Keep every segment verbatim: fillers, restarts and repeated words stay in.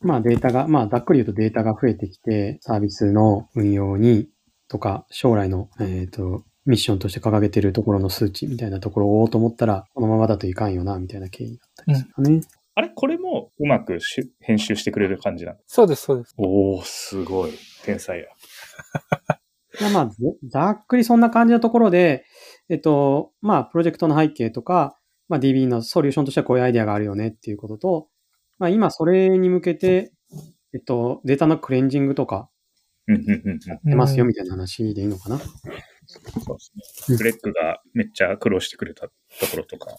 まあデータが、まあざっくり言うとデータが増えてきて、サービスの運用にとか、将来の、えっと、ミッションとして掲げてるところの数値みたいなところを追おうと思ったら、このままだといかんよな、みたいな経緯だったりするかね。うん、 あれこれもうまくし編集してくれる感じなの？ そうです、そうです。 おー、すごい。天才や。 いやまあ、ざっくりそんな感じのところで、えっと、まあ、プロジェクトの背景とか、まあ、ディービー のソリューションとしてはこういうアイデアがあるよねっていうことと、まあ、今それに向けて、えっと、データのクレンジングとか、やってますよみたいな話でいいのかな。そうですね。グレッグがめっちゃ苦労してくれたところとか。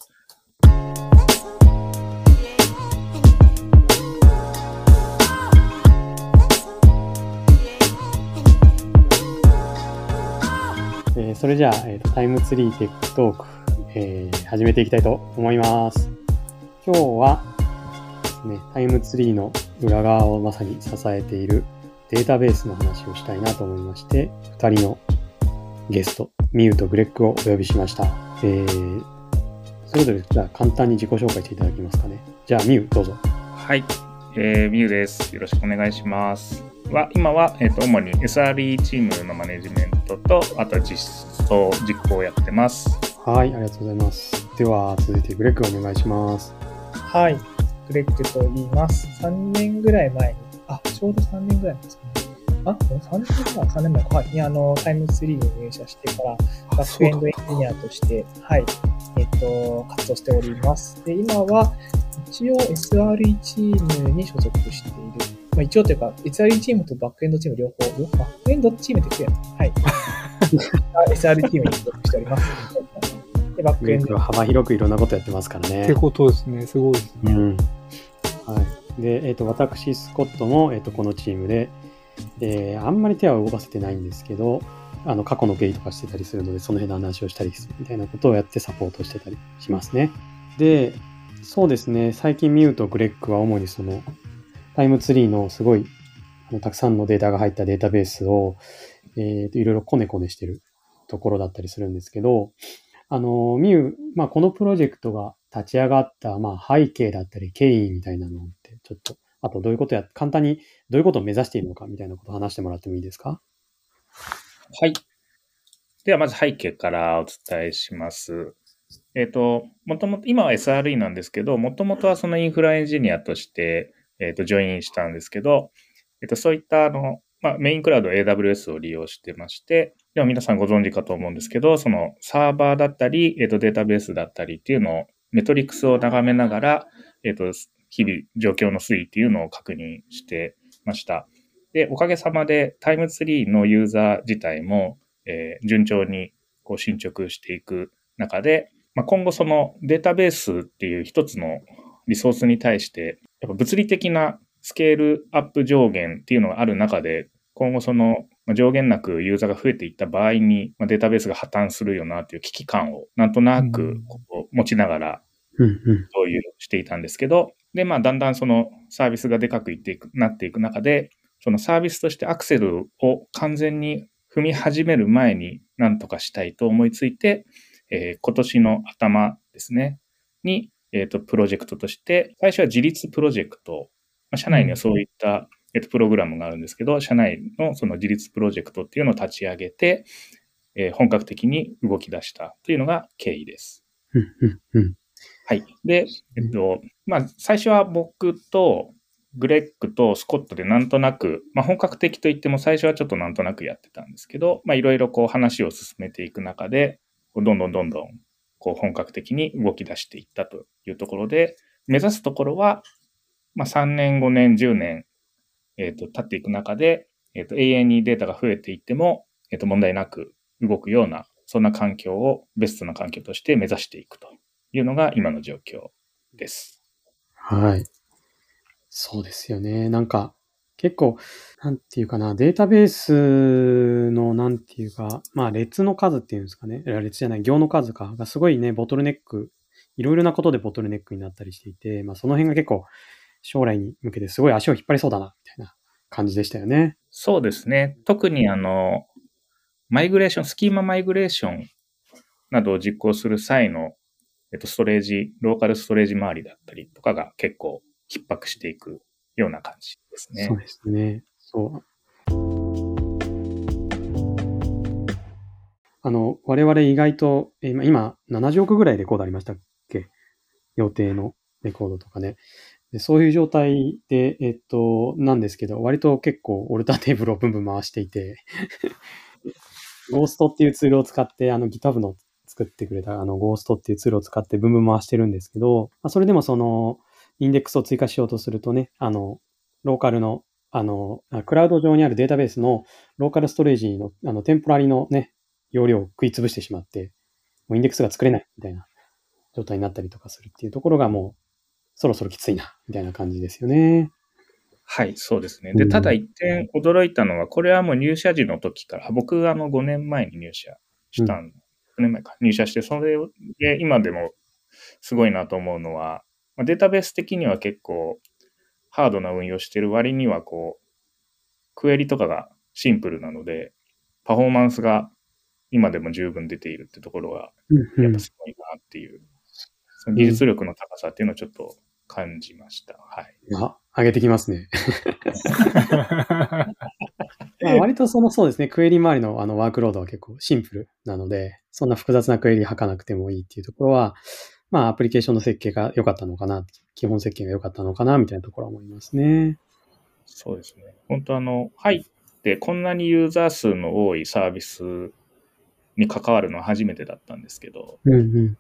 えー、それじゃあ、えーと、タイムツリーテックトーク、えー、始めていきたいと思います。今日はですね、タイムツリーの裏側をまさに支えているデータベースの話をしたいなと思いまして、ふたりのゲスト、ミューとグレッグをお呼びしました。えー、それぞれじゃあ簡単に自己紹介していただけますかね。じゃあミューどうぞ。 はい、えー、ミューです。よろしくお願いします。は今は、えーと、主に エスアールイー チームのマネジメントと、あとは実装、実行をやってます。 はい、ありがとうございます。では、続いてグレッグお願いします。 はい、グレッグと言います。さんねんぐらい前に、あ、ちょうどさんねんぐらいですかね。あ、さんねんぐらい、さんねんまえか。はい、あの、タイムツリーに入社してから、バックエンドエンジニアとして、はい、えっと、活動しております。で、今は、一応 エスアールイー チームに所属している。まあ、一応というか、エスアールイー チームとバックエンドチーム両方、両方バックエンドチームって言ってるよね。はい。エスアール チームに所属しております。 でバックエンドは幅広くいろんなことやってますからね。 ってことですね。すごいですね。 うん。はい。で、えっと、私、スコットも、えっと、このチームで、えー、あんまり手は動かせてないんですけど、あの、過去の経緯とかしてたりするので、その辺の話をしたりするみたいなことをやってサポートしてたりしますね。で、そうですね、最近ミューとグレッグは主にその、タイムツリーのすごい、あのたくさんのデータが入ったデータベースを、えーと、いろいろコネコネしてるところだったりするんですけど、あの、ミュー、まあ、このプロジェクトが立ち上がった、まあ、背景だったり、経緯みたいなのって、ちょっと、あとどういうことや、簡単にどういうことを目指しているのかみたいなことを話してもらってもいいですか？ はい。では、まず背景からお伝えします。えっと、もともと、今は エスアールイー なんですけど、もともとはそのインフラエンジニアとして、えっと、ジョインしたんですけど、えっと、そういったあの、まあ、メインクラウド エーダブリューエス を利用してまして、でも皆さんご存知かと思うんですけど、そのサーバーだったり、えっと、データベースだったりっていうのを、メトリックスを眺めながら、えっと、日々状況の推移っていうのを確認してました。で、おかげさまでタイムツリーのユーザー自体も、えー、順調にこう進捗していく中で、まあ、今後そのデータベースっていう一つのリソースに対して、やっぱ物理的なスケールアップ上限っていうのがある中で、今後その上限なくユーザーが増えていった場合にデータベースが破綻するよなっていう危機感をなんとなくこう持ちながら共有していたんですけど、で、まあだんだんそのサービスがでかくいっていく、なっていく中で、そのサービスとしてアクセルを完全に踏み始める前に何とかしたいと思いついて、えー、今年の頭ですね、に、えっと、プロジェクトとして、最初は自立プロジェクト、まあ、社内にはそういった、うん、えっと、プログラムがあるんですけど、社内のその自立プロジェクトっていうのを立ち上げて、えー、本格的に動き出したというのが経緯です。はい。で、えっと、まあ、最初は僕とグレッグとスコットでなんとなく、まあ、本格的といっても最初はちょっとなんとなくやってたんですけど、まあ、いろいろこう話を進めていく中で、どんどんどんどんこう本格的に動き出していったというところで、目指すところは、まあ、さんねん、ごねん、じゅうねん、えっと、経っていく中で、えっと、永遠にデータが増えていっても、えっと、問題なく動くような、そんな環境をベストな環境として目指していくというのが今の状況です。 はい。そうですよね。なんか、結構、なんていうかな、データベースの、なんていうか、まあ、列の数っていうんですかね。列じゃない、行の数か、がすごいね、ボトルネック、いろいろなことでボトルネックになったりしていて、まあ、その辺が結構、将来に向けてすごい足を引っ張りそうだな、みたいな感じでしたよね。 そうですね。特にあの、マイグレーション、スキーママイグレーションなどを実行する際の、えっと、ストレージ、ローカルストレージ周りだったりとかが結構逼迫していくような感じですね。 そうですね。そう。あの、我々意外と、えー今、ななじゅうおくぐらいレコードありましたっけ？予定のレコードとかね。でそういう状態で、えっと、なんですけど、割と結構オルタテーブルをブンブン回していて、ゴーストっていうツールを使って、あの GitHub の作ってくれたあのゴーストっていうツールを使ってブンブン回してるんですけど、まあ、それでもその、インデックスを追加しようとするとね、あの、ローカルの、あの、クラウド上にあるデータベースのローカルストレージの、あの、テンポラリのね、容量を食い潰してしまって、もうインデックスが作れないみたいな状態になったりとかするっていうところがもう、そろそろきついな、みたいな感じですよね。 はい、そうですね。で、ただ一点驚いたのは、これはもう入社時の時から、僕あのごねんまえに入社したん、うん、ごねんまえか、入社して、それで今でもすごいなと思うのは、データベース的には結構ハードな運用してる割には、こう、クエリとかがシンプルなので、パフォーマンスが今でも十分出ているってところが、やっぱすごいなっていう、うん、その技術力の高さっていうのをちょっと感じました。はい。 いや、上げてきますね。まあ割とそのそうですね、クエリ周りのあのワークロードは結構シンプルなので、そんな複雑なクエリ吐かなくてもいいっていうところは、まあアプリケーションの設計が良かったのかな、基本設計が良かったのかな、みたいなところは思いますね。 そうですね。本当あの、入ってこんなにユーザー数の多いサービスに関わるのは初めてだったんですけど、 うんうん。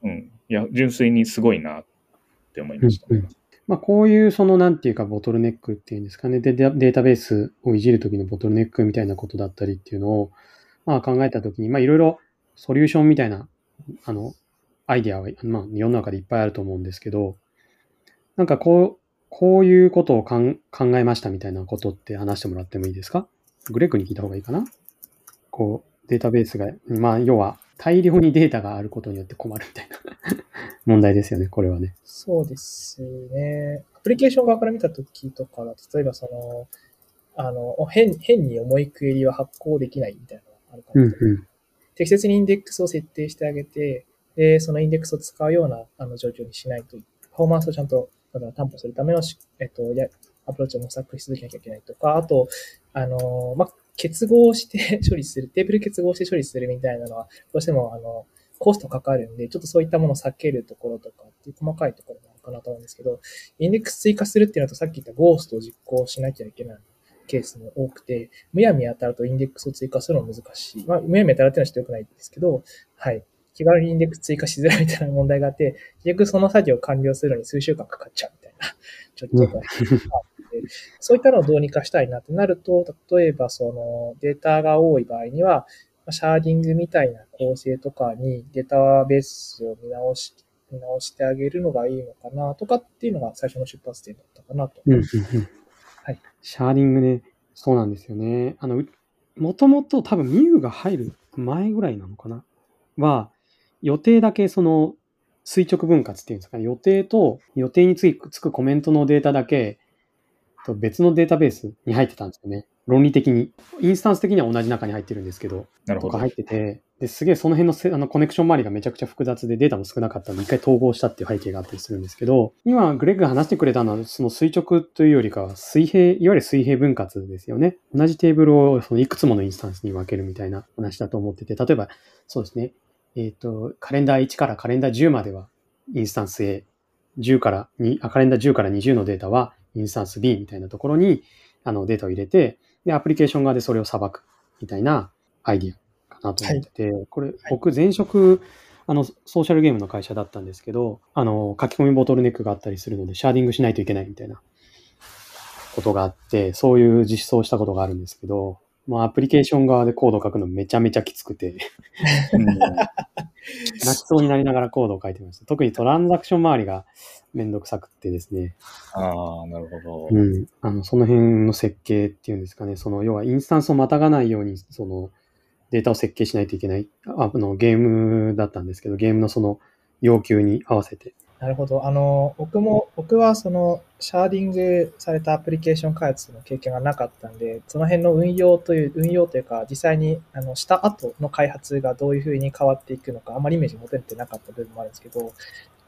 うん。いや、純粋にすごいなって思いましたね。うんうん、 まあ、こういうそのなんていうかボトルネックっていうんですかね、でデータベースをいじるときのボトルネックみたいなことだったりっていうのを、まあ、考えたときに、まあいろいろソリューションみたいな、あの、アイデアは、まあ世の中でいっぱいあると思うんですけど、なんかこう、こういうことをかん考えましたみたいなことって話してもらってもいいですか？グレッグに聞いた方がいいかな？こう、データベースが、まあ要は大量にデータがあることによって困るみたいな問題ですよね、これはね。 そうですね。アプリケーション側から見たときとか、例えばその、あの、変、変に重いクエリは発行できないみたいなのがあるかなと、うんうん。適切にインデックスを設定してあげて、で、そのインデックスを使うようなあの状況にしないと、パフォーマンスをちゃんと担保するための、えっと、やアプローチを模索し続けなきゃいけないとか、あと、あの、まあ、結合して処理する、テーブル結合して処理するみたいなのは、どうしても、あの、コストかかるんで、ちょっとそういったものを避けるところとかっていう細かいところなのかなと思うんですけど、インデックス追加するっていうのとさっき言ったゴーストを実行しなきゃいけないケースも多くて、むやみ当たるとインデックスを追加するのは難しい。まあ、むやみ当たるっていうのはちょっと良くないんですけど、はい。気軽にインデックス追加しづらいみたいな問題があって、結局その作業を完了するのに数週間かかっちゃうみたいな、ちょっと、うん、そういったのをどうにかしたいなってなると、例えばそのデータが多い場合には、シャーディングみたいな構成とかにデータベースを見直し、見直してあげるのがいいのかなとかっていうのが最初の出発点だったかなと。 うんうんうんはい。シャーディングね、そうなんですよね。あの、もともと多分ミューが入る前ぐらいなのかなは、予定だけその垂直分割っていうんですかね、予定と予定につくコメントのデータだけ別のデータベースに入ってたんですよね。論理的に。インスタンス的には同じ中に入ってるんですけど、 なるほど。 とか入ってて、ですげえその辺のせあのコネクション周りがめちゃくちゃ複雑でデータも少なかったので一回統合したっていう背景があったりするんですけど、今グレッグが話してくれたのはその垂直というよりかは水平、いわゆる水平分割ですよね。同じテーブルをそのいくつものインスタンスに分けるみたいな話だと思ってて、例えばそうですね、えっと、カレンダーいちからカレンダーじゅうまではインスタンス A、じゅうからに、カレンダーじゅうからにじゅうのデータはインスタンス B みたいなところにあのデータを入れて、で、アプリケーション側でそれを裁くみたいなアイディアかなと思ってて、はい、これ、僕前職、あの、ソーシャルゲームの会社だったんですけど、あの、書き込みボトルネックがあったりするので、シャーディングしないといけないみたいなことがあって、そういう実装をしたことがあるんですけど、まあ、アプリケーション側でコードを書くのめちゃめちゃきつくて、うん、泣きそうになりながらコードを書いてました。特にトランザクション周りがめんどくさくってですね。 ああ、なるほど。 うん。あの、その辺の設計っていうんですかね、その、要はインスタンスをまたがないように、その、データを設計しないといけない。あの、ゲームだったんですけど、ゲームのその要求に合わせて。 なるほど。あの、僕も、僕はその、シャーディングされたアプリケーション開発の経験がなかったんで、その辺の運用という、運用というか、実際に、あの、した後の開発がどういうふうに変わっていくのか、あまりイメージ持ててなかった部分もあるんですけど、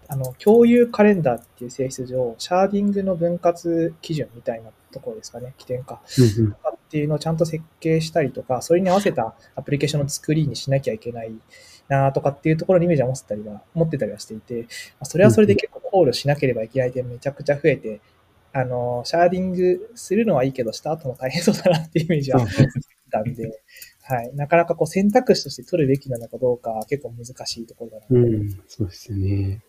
あの、共有カレンダーっていう性質上、シャーディングの分割基準みたいなところですかね、起点か。 うんうんとかっていうのをちゃんと設計したりとか、それに合わせたアプリケーションの作りにしなきゃいけないなとかっていうところにイメージを持ってたりは、持ってたりはしていて、それはそれで結構考慮しなければいけない点めちゃくちゃ増えて、あの、シャーディングするのはいいけど、した後も大変そうだなっていうイメージはたんで、はい。なかなかこう選択肢として取るべきなのかどうか結構難しいところだなとう思います。 ん、そうですよね。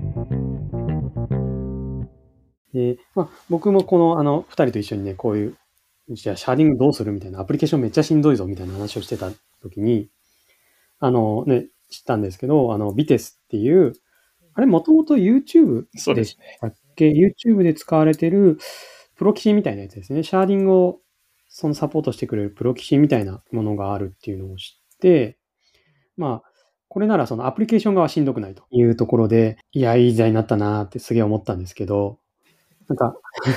で、まあ、僕もこの、あの、二人と一緒にね、こういう、じゃあ、シャーディングどうするみたいな、アプリケーションめっちゃしんどいぞみたいな話をしてた時に、あのね、知ったんですけど、あの、ビテスっていう、あれ、もともと YouTube でしそうですね。 たっけ ?YouTube で使われてるプロキシみたいなやつですね。シャーディングをそのサポートしてくれるプロキシみたいなものがあるっていうのを知って、まあ、これならそのアプリケーション側はしんどくないというところで、いや、いい時代になったなーってすげえ思ったんですけど、なんか、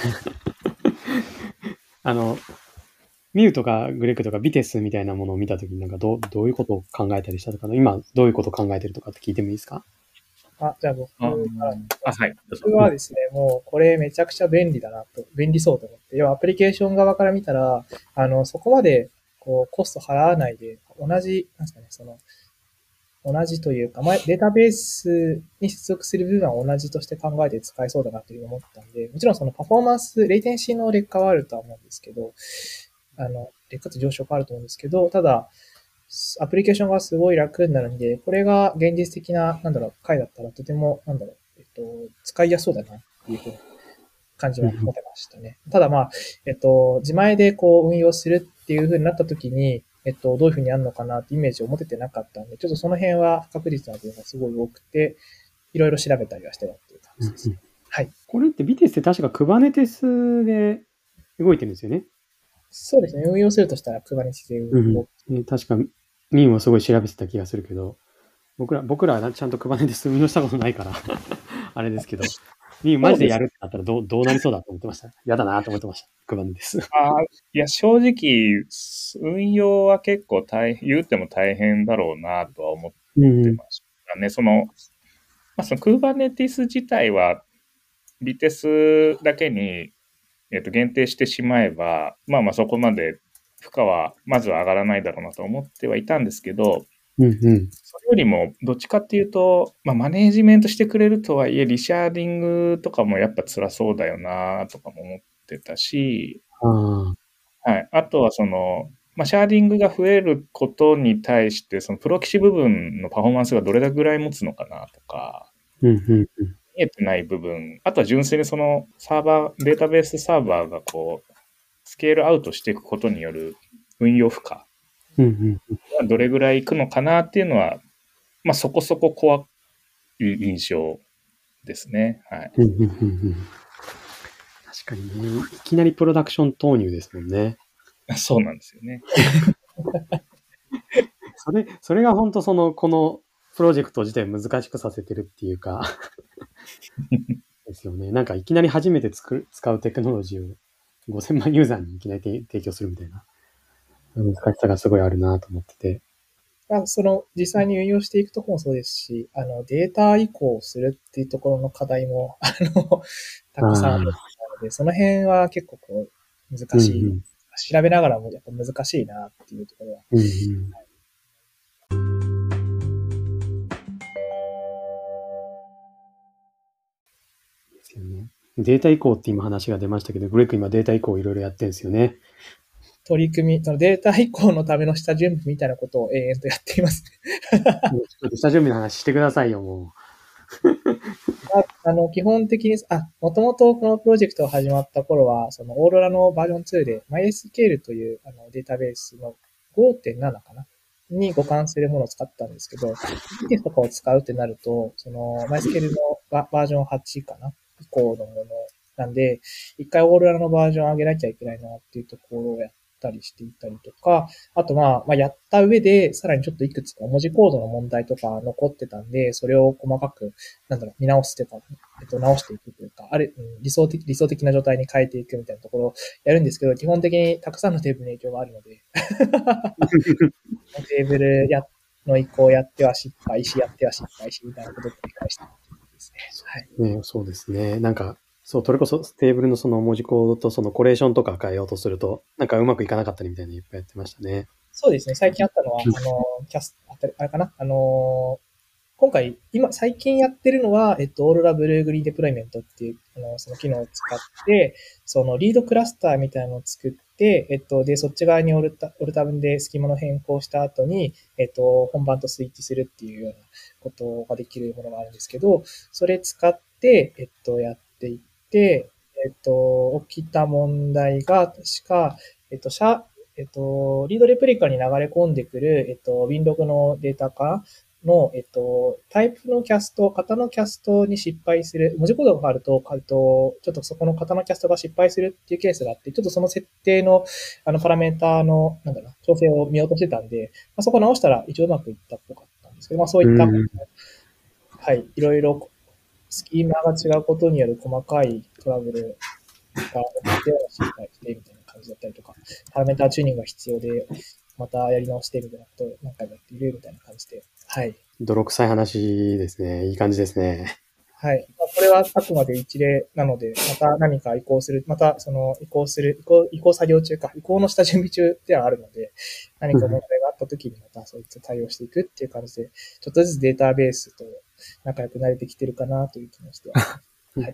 あの、ミューとかグレッグとかビテスみたいなものを見たときになんかどう、どういうことを考えたりしたとか、今どういうことを考えてるとかって聞いてもいいですか？ あ、じゃあ僕から。 あ、はい。 僕はですね、もうこれめちゃくちゃ便利だなと、便利そうと思って、要はアプリケーション側から見たら、あの、そこまでこうコスト払わないで、同じ、なんですかね、その、同じというか、まあ、データベースに接続する部分は同じとして考えて使えそうだなというふうに思ったんで、もちろんそのパフォーマンス、レイテンシーの劣化はあるとは思うんですけど、あの、劣化と上昇があると思うんですけど、ただ、アプリケーションがすごい楽になるんで、これが現実的な、なんだろう、回だったらとても、なんだろう、えっと、使いやすそうだなっていうふうに感じは持てましたね。ただまあ、えっと、自前でこう運用するっていうふうになったときに、えっと、どういうふうにやるのかなってイメージを持ててなかったんで、ちょっとその辺は不確実な部分がすごい多くて、いろいろ調べたりはしてたっていう感じですね。はい。 これってビテスって確か Kubernetes で動いてるんですよね。 そうですね。運用するとしたら Kubernetes で動く。 うん、確か、ミンはすごい調べてた気がするけど、僕ら、僕らはちゃんと Kubernetes 運用したことないから、あれですけど、ミンマジでやるってなったらどう、どうなりそうだと思ってました。やだなと思ってました。Kubernetes。 あいや、正直、運用は結構大変、言うても大変だろうなとは思ってましたね。うん、その、まあ、その Kubernetes 自体は、ビテスだけに、えっと、限定してしまえば、まあまあそこまで負荷はまずは上がらないだろうなと思ってはいたんですけど、 うんうん、 それよりもどっちかっていうと、まあ、マネージメントしてくれるとはいえ、リシャーディングとかもやっぱ辛そうだよなとかも思ってたし、 あ, はい、あとはその、まあ、シャーディングが増えることに対して、そのプロキシ部分のパフォーマンスがどれぐらい持つのかなとか、 うんうんうん、 見えてない部分、あとは純粋にそのサーバー、データベースサーバーがこう、スケールアウトしていくことによる運用負荷がどれぐらいいくのかなっていうのは、まあそこそこ怖い印象ですね。はい。 うんうんうん、確かにね、いきなりプロダクション投入ですもんね。 そうなんですよね。 それ、それが本当その、このプロジェクト自体難しくさせてるっていうか、ですよね。なんかいきなり初めて作る使うテクノロジーをごせんまんユーザーにいきなり提供するみたいな難しさがすごいあるなと思ってて。 まあ、その実際に運用していくところもそうですし、あのデータ移行するっていうところの課題もあのたくさんあるので、その辺は結構こう難しい、うんうん、調べながらもやっぱ難しいなっていうところは。 うんうんはいですよね。データ移行って今話が出ましたけど、グレック今データ移行いろいろやってるんですよね。 取り組み、そのデータ移行のための下準備みたいなことを永遠とやっていますね。 ちょっと下準備の話してくださいよ、もう。 あ, あの基本的に、あ、もともとこのプロジェクトが始まった頃は、そのオーロラのバージョンツーで MySQL というあのデータベースの ごてんなな かなに互換するものを使ったんですけど、ビテスとかを使うってなると、その MySQL のバージョンはちかな以降のものなんで、一回オーロラのバージョンを上げなきゃいけないなっていうところをやったりしていたりとか、あとまあ、まあ、やった上で、さらにちょっといくつか文字コードの問題とか残ってたんで、それを細かく、なんだろう、見直すというか、えっと、直していくというか、ある、理想的、理想的な状態に変えていくみたいなところをやるんですけど、基本的にたくさんのテーブルに影響があるので、テーブルやの移行やっては失敗し、やっては失敗し、みたいなことを繰り返しているんですね。 はい。 ね、そうですね。なんか、そう、それこそテーブルのその文字コードとそのコレーションとか変えようとすると、なんかうまくいかなかったりみたいなのいっぱいやってましたね。 そうですね。最近あったのは、あの、キャス、あたりあれかなあの、今回、今、最近やってるのは、えっと、オーロラブルーグリーンデプロイメントっていう、あの、その機能を使って、そのリードクラスターみたいなのを作って、えっと、で、そっち側にオルタ、オルタ分でスキマの変更した後に、えっと、本番とスイッチするっていうようなことができるものがあるんですけど、それ使って、えっと、やっていって、えっと、起きた問題が、確か、えっと、シャ、えっと、リードレプリカに流れ込んでくる、えっと、ウィンログのデータからの、えっと、タイプのキャスト、型のキャストに失敗する、文字コードがあると、えっと、ちょっとそこの型のキャストが失敗するっていうケースがあって、ちょっとその設定の、あの、パラメータの、なんだろうな、調整を見落としてたんで、まあ、そこ直したら一応うまくいったっぽかったんですけど、まあそういった、 うん。 はい、いろいろスキーマが違うことによる細かいトラブルが起きて、失敗してみたいな感じだったりとか、パラメータチューニングが必要で、またやり直してみたいなことを何回もやっているみたいな感じで、はい。 泥臭い話ですね。いい感じですね。 はい。まあ、これはあくまで一例なので、また何か移行する、またその移行する、移行、移行作業中か、移行の下準備中ではあるので、何か問題があった時にまたそういった対応していくっていう感じで、ちょっとずつデータベースと仲良くなれてきてるかなという気もしては。はい。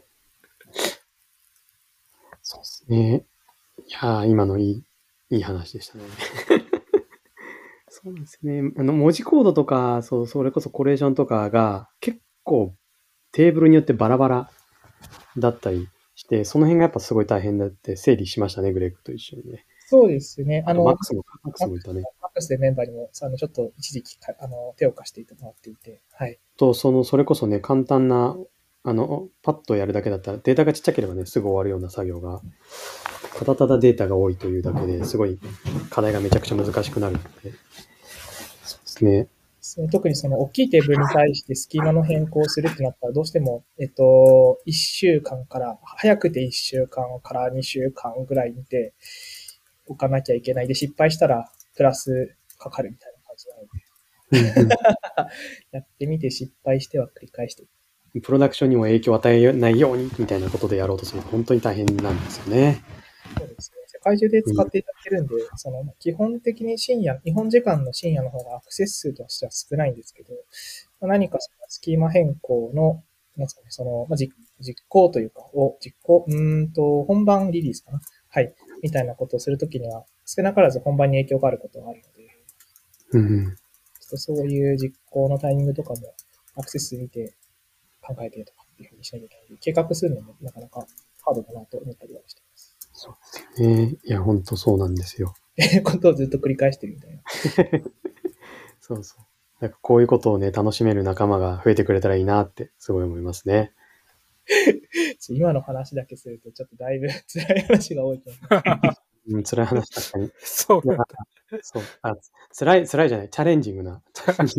そうですね。いやー、今のいい、いい話でしたね。そうですね。あの、文字コードとか、そう、それこそコレーションとかが結構テーブルによってバラバラだったりして、その辺がやっぱすごい大変だって整理しましたね、グレッグと一緒にね。 そうですね。ああと、マッの、 クスも、マックスもいたね。 マックスでメンバーにも、あの、ちょっと一時期か、あの、手を貸していてもらっていて、はい。 と、その、それこそね、簡単な、あの、パッとやるだけだったら、データがちっちゃければね、すぐ終わるような作業が、ただただデータが多いというだけですごい課題がめちゃくちゃ難しくなるので、そうですね。 その特にその大きいテーブルに対してスキーマの変更をするってなったら、どうしても、えっと、いっしゅうかんから、早くていっしゅうかんからにしゅうかんぐらい見ておかなきゃいけないで、失敗したらプラスかかるみたいな感じなので、 うんうんやってみて失敗しては繰り返していく。 プロダクションにも影響を与えないようにみたいなことでやろうとすると本当に大変なんですよね。 そうですね。世界中で使っていただけるんで、その基本的に深夜、日本時間の深夜の方がアクセス数としては少ないんですけど、まあ何かそのスキーマ変更の、なんですかね、その、まあ、実実行というか、を、実行、うーんと、本番リリースかな。はい。みたいなことをするときには、少なからず本番に影響があることがあるので、 うんうん、 ちょっとそういう実行のタイミングとかも、アクセス数見て考えてとかっていうふうにしなきゃいけないので、計画するのもなかなかハードだなと思ったりはしています。 そうですよね。いや、本当そうなんですよ。 ことをずっと繰り返してるみたいな。 そうそう。なんかこういうことをね、楽しめる仲間が増えてくれたらいいなってすごい思いますね。 今の話だけすると、ちょっとだいぶ辛い話が多いと思う。 うん、辛い話確かに。 そうなんだ。 そう。あ、辛い、辛いじゃない。チャレンジングな。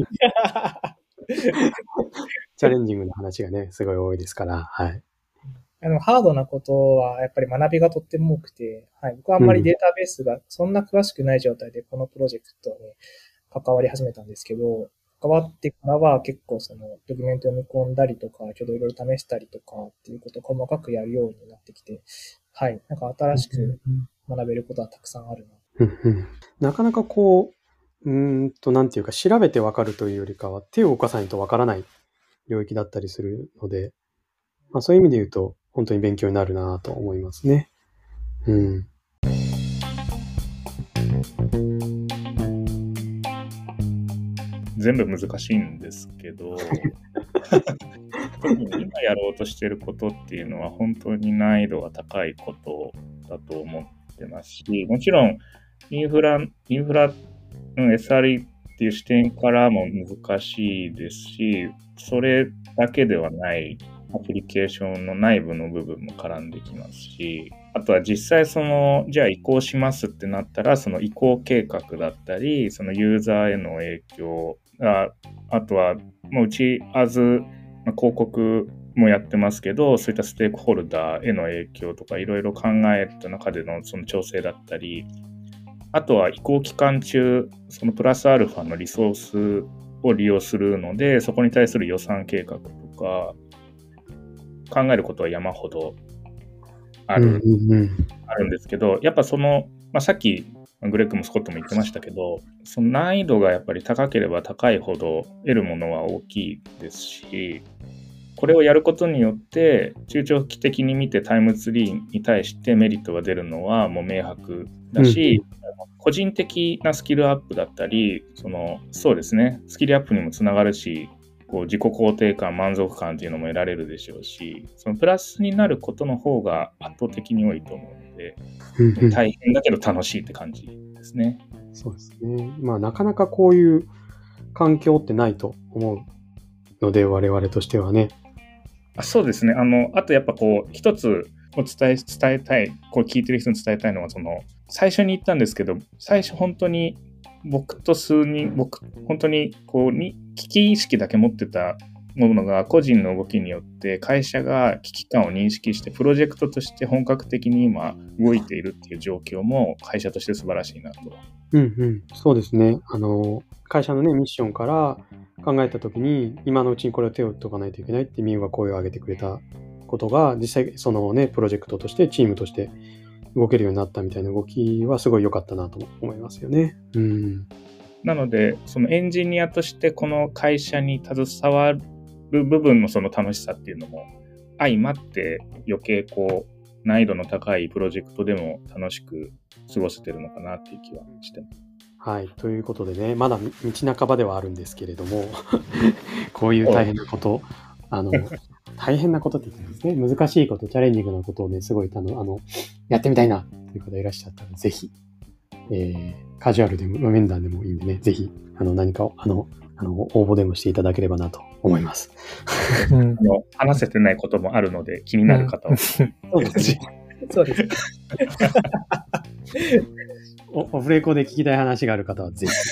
チャレンジングな話がね、すごい多いですから、はい。 あの、ハードなことはやっぱり学びがとっても多くて、はい。僕はあんまりデータベースがそんな詳しくない状態でこのプロジェクトに関わり始めたんですけど、関わってからは結構そのドキュメント読み込んだりとか、ちょっといろいろ試したりとかっていうことを細かくやるようになってきて、はい。なんか新しく学べることはたくさんあるな。うんうん、なかなかこう、うーんと、なんていうか、調べてわかるというよりかは、手を動かさないとわからない領域だったりするので、まあそういう意味で言うと、本当に勉強になるなと思いますね。うん。 全部難しいんですけど、特に今やろうとしていることっていうのは本当に難易度が高いことだと思ってますし、もちろんインフラ、インフラ、うん、エスアールイー っていう視点からも難しいですし、それだけではないアプリケーションの内部の部分も絡んできますし、あとは実際その、じゃあ移行しますってなったら、その移行計画だったり、そのユーザーへの影響、あ, あとは、もううち、アズ、まあ、広告もやってますけど、そういったステークホルダーへの影響とかいろいろ考えた中でのその調整だったり、あとは移行期間中、そのプラスアルファのリソースを利用するので、そこに対する予算計画とか、 考えることは山ほどある、 うんうんうん、 あるんですけど、やっぱその、まあ、さっきグレッグもスコットも言ってましたけど、その難易度がやっぱり高ければ高いほど得るものは大きいですし、これをやることによって中長期的に見てタイムツリーに対してメリットが出るのはもう明白だし、うん、個人的なスキルアップだったり、そのそうですね、スキルアップにもつながるし、こう自己肯定感、満足感っていうのも得られるでしょうし、そのプラスになることの方が圧倒的に多いと思うので、うん、大変だけど楽しいって感じですね。 そうですね。まあなかなかこういう環境ってないと思うので、我々としてはね。 あ、そうですね。あの、あとやっぱこう一つお伝え伝えたい、こう聞いてる人に伝えたいのは、その最初に言ったんですけど、最初本当に僕と数人、僕本当にこうに危機意識だけ持ってたものが個人の動きによって会社が危機感を認識してプロジェクトとして本格的に今動いているっていう状況も会社として素晴らしいなと。 うんうん、そうですね。あの会社のねミッションから考えたときに今のうちにこれを手を打っておかないといけないってミュウが声を上げてくれたことが実際そのねプロジェクトとしてチームとして動けるようになったみたいな動きはすごい良かったなと思いますよね。うん、 なのでそのエンジニアとしてこの会社に携わる部分のその楽しさっていうのも相まって余計こう難易度の高いプロジェクトでも楽しく過ごせてるのかなっていう気はしてます。 はい、ということでね、まだ道半ばではあるんですけれどもこういう大変なことあの大変なことって言ってですね、難しいこと、チャレンジングなことをね、すごいあのあのやってみたいなという方いらっしゃったら、ぜひ、えー、カジュアルでも面談でもいいんでね、ぜひあの何かをあのあの応募でもしていただければなと思います。 うん、あの話せてないこともあるので気になる方は、うん、 そうですね。 そうです。 おオフレコで聞きたい話がある方はぜひ。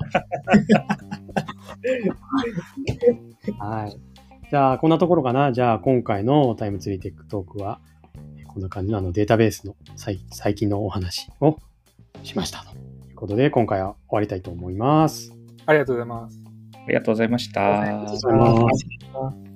はい。じゃあこんなところかな。じゃあ今回のタイムツリーテックトークはこんな感じのあのデータベースの最近のお話をしましたということで、今回は終わりたいと思います。 ありがとうございます。 ありがとうございました。 ありがとうございます。